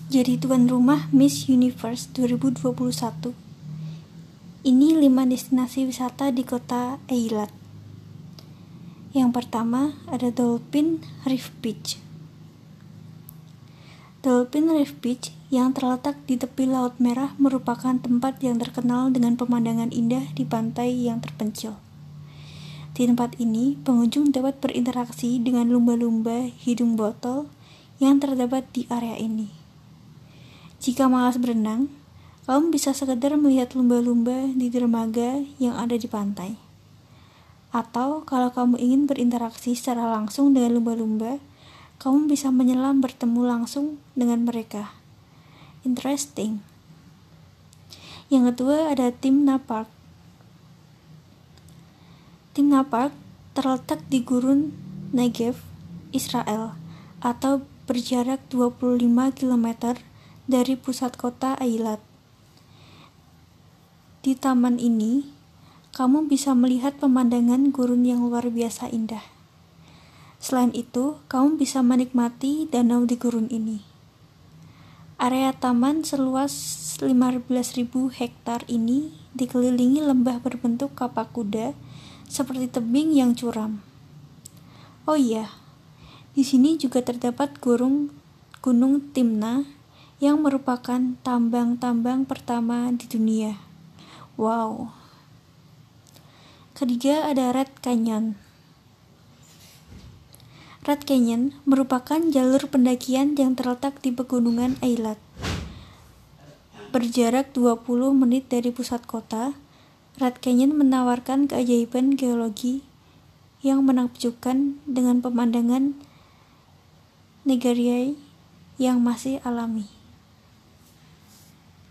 jadi tuan rumah Miss Universe 2021. Ini 5 destinasi wisata di kota Eilat. Yang pertama ada Dolphin Reef Beach. Dolphin Reef Beach yang terletak di tepi Laut Merah merupakan tempat yang terkenal dengan pemandangan indah di pantai yang terpencil. Di tempat ini, pengunjung dapat berinteraksi dengan lumba-lumba hidung botol yang terdapat di area ini. Jika malas berenang, kamu bisa sekedar melihat lumba-lumba di dermaga yang ada di pantai. Atau kalau kamu ingin berinteraksi secara langsung dengan lumba-lumba, kamu bisa menyelam bertemu langsung dengan mereka. Interesting. Yang kedua ada Timna Park. Timna Park terletak di Gurun Negev, Israel, atau berjarak 25 km dari pusat kota Eilat. Di taman ini, kamu bisa melihat pemandangan gurun yang luar biasa indah. Selain itu, kamu bisa menikmati danau di gurun ini. Area taman seluas 15.000 hektar ini dikelilingi lembah berbentuk kapak kuda seperti tebing yang curam. Oh iya, di sini juga terdapat Gunung Timna yang merupakan tambang-tambang pertama di dunia. Wow. Ketiga ada Red Canyon. Red Canyon merupakan jalur pendakian yang terletak di pegunungan Eilat. Berjarak 20 menit dari pusat kota, Red Canyon menawarkan keajaiban geologi yang menakjubkan dengan pemandangan Negariai yang masih alami.